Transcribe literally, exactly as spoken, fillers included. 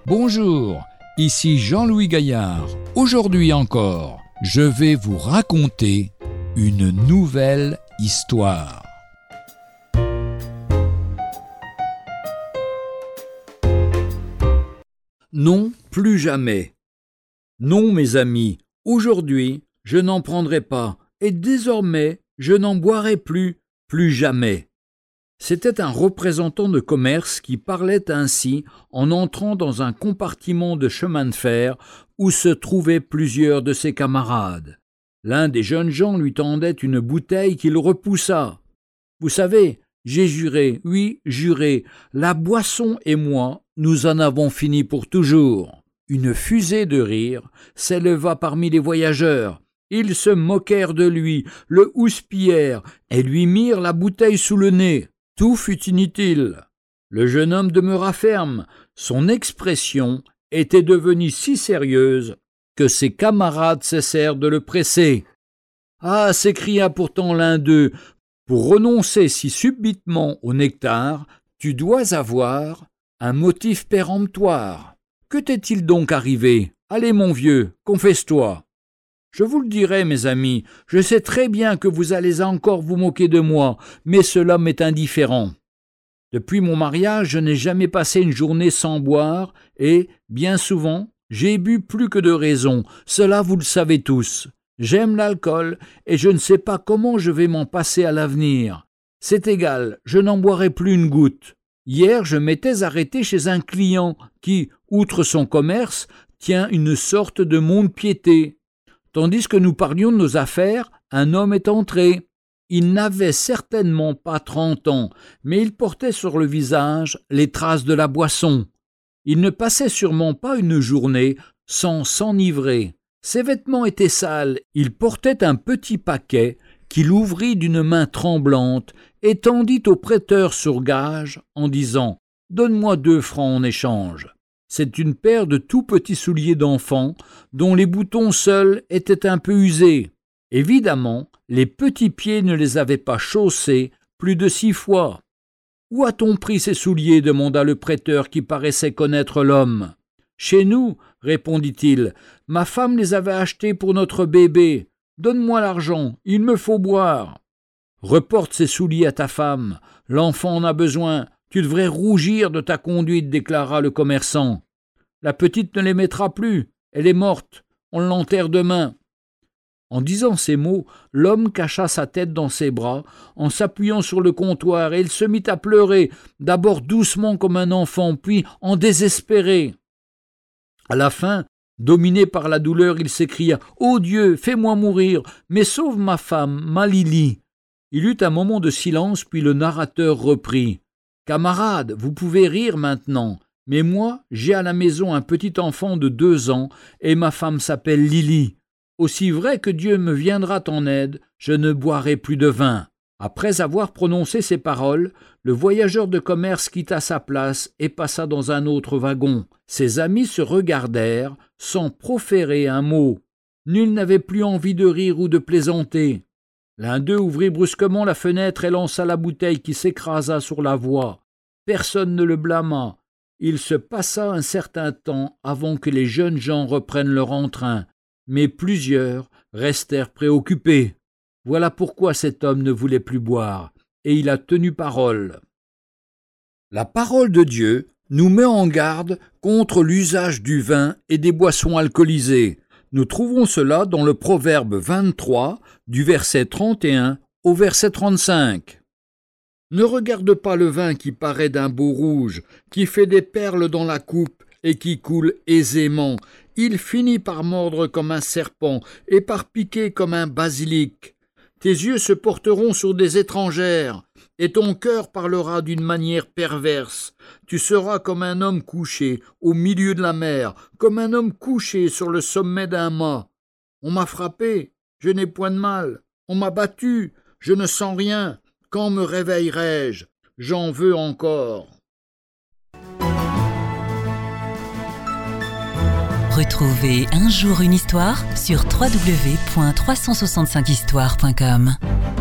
Bonjour, ici Jean-Louis Gaillard. Aujourd'hui encore, je vais vous raconter une nouvelle histoire. Non, plus jamais. Non, mes amis, aujourd'hui, je n'en prendrai pas, et désormais, je n'en boirai plus, plus jamais. C'était un représentant de commerce qui parlait ainsi en entrant dans un compartiment de chemin de fer où se trouvaient plusieurs de ses camarades. L'un des jeunes gens lui tendait une bouteille qu'il repoussa. « Vous savez, j'ai juré, oui, juré, la boisson et moi, nous en avons fini pour toujours. » Une fusée de rire s'éleva parmi les voyageurs. Ils se moquèrent de lui, le houspillèrent et lui mirent la bouteille sous le nez. Tout fut inutile. Le jeune homme demeura ferme. Son expression était devenue si sérieuse que ses camarades cessèrent de le presser. « Ah !» s'écria pourtant l'un d'eux, « pour renoncer si subitement au nectar, tu dois avoir un motif péremptoire. Que t'est-il donc arrivé ? Allez, mon vieux, confesse-toi. » Je vous le dirai, mes amis, je sais très bien que vous allez encore vous moquer de moi, mais cela m'est indifférent. Depuis mon mariage, je n'ai jamais passé une journée sans boire, et, bien souvent, j'ai bu plus que de raison, cela vous le savez tous. J'aime l'alcool, et je ne sais pas comment je vais m'en passer à l'avenir. C'est égal, je n'en boirai plus une goutte. Hier, je m'étais arrêté chez un client qui, outre son commerce, tient une sorte de mont-de-piété. Tandis que nous parlions de nos affaires, un homme est entré. Il n'avait certainement pas trente ans, mais il portait sur le visage les traces de la boisson. Il ne passait sûrement pas une journée sans s'enivrer. Ses vêtements étaient sales. Il portait un petit paquet qu'il ouvrit d'une main tremblante et tendit au prêteur sur gage en disant « Donne-moi deux francs en échange ». C'est une paire de tout petits souliers d'enfant dont les boutons seuls étaient un peu usés. Évidemment, les petits pieds ne les avaient pas chaussés plus de six fois. « Où a-t-on pris ces souliers » demanda le prêteur qui paraissait connaître l'homme. « Chez nous, » répondit-il, « ma femme les avait achetés pour notre bébé. Donne-moi l'argent, il me faut boire. »« Reporte ces souliers à ta femme, l'enfant en a besoin. Tu devrais rougir de ta conduite, déclara le commerçant. La petite ne les mettra plus, elle est morte, on l'enterre demain. En disant ces mots, l'homme cacha sa tête dans ses bras, en s'appuyant sur le comptoir, et il se mit à pleurer, d'abord doucement comme un enfant, puis en désespéré. À la fin, dominé par la douleur, il s'écria « Ô Dieu, fais-moi mourir, mais sauve ma femme, ma Lily !» Il eut un moment de silence, puis le narrateur reprit. Camarades, vous pouvez rire maintenant, mais moi, j'ai à la maison un petit enfant de deux ans et ma femme s'appelle Lily. Aussi vrai que Dieu me viendra en aide, je ne boirai plus de vin. » Après avoir prononcé ces paroles, le voyageur de commerce quitta sa place et passa dans un autre wagon. Ses amis se regardèrent sans proférer un mot. Nul n'avait plus envie de rire ou de plaisanter. L'un d'eux ouvrit brusquement la fenêtre et lança la bouteille qui s'écrasa sur la voie. Personne ne le blâma. Il se passa un certain temps avant que les jeunes gens reprennent leur entrain, mais plusieurs restèrent préoccupés. Voilà pourquoi cet homme ne voulait plus boire, et il a tenu parole. La parole de Dieu nous met en garde contre l'usage du vin et des boissons alcoolisées. Nous trouvons cela dans le Proverbe vingt-trois, du verset trente et un au verset trente-cinq. Ne regarde pas le vin qui paraît d'un beau rouge, qui fait des perles dans la coupe et qui coule aisément. Il finit par mordre comme un serpent et par piquer comme un basilic. Tes yeux se porteront sur des étrangères, et ton cœur parlera d'une manière perverse. Tu seras comme un homme couché au milieu de la mer, comme un homme couché sur le sommet d'un mât. On m'a frappé, je n'ai point de mal. On m'a battu, je ne sens rien. Quand me réveillerai-je ? J'en veux encore. Retrouvez Un jour une histoire sur w w w point trois cent soixante-cinq histoire point com.